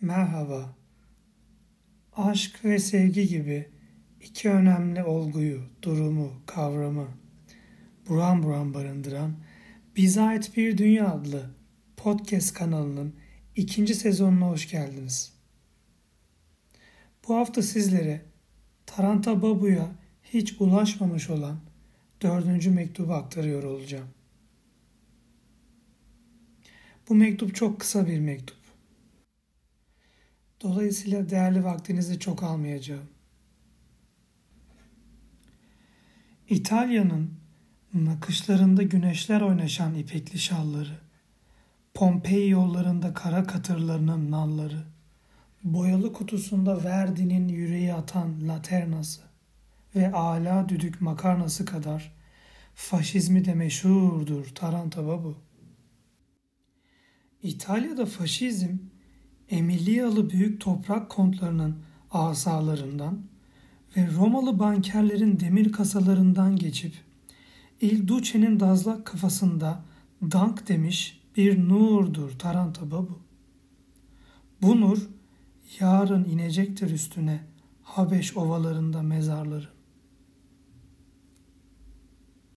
Merhaba. Aşk ve sevgi gibi iki önemli olguyu, durumu, kavramı buram buram barındıran Bize Ait Bir Dünya adlı podcast kanalının ikinci sezonuna hoş geldiniz. Bu hafta sizlere Taranta Babu'ya hiç ulaşmamış olan dördüncü mektubu aktarıyor olacağım. Bu mektup çok kısa bir mektup. Dolayısıyla değerli vaktinizi çok almayacağım. İtalya'nın nakışlarında güneşler oynaşan ipekli şalları, Pompei yollarında kara katırlarının nalları, boyalı kutusunda Verdi'nin yüreği atan laternası ve âlâ düdük makarnası kadar faşizmi de meşhurdur Taranta Babu. İtalya'da faşizm, Emilyalı büyük toprak kontlarının asalarından ve Romalı bankerlerin demir kasalarından geçip Il Duce'nin dazlak kafasında dank demiş bir nurdur Taranta Babu. Bu nur yarın inecektir üstüne Habeş ovalarında mezarların.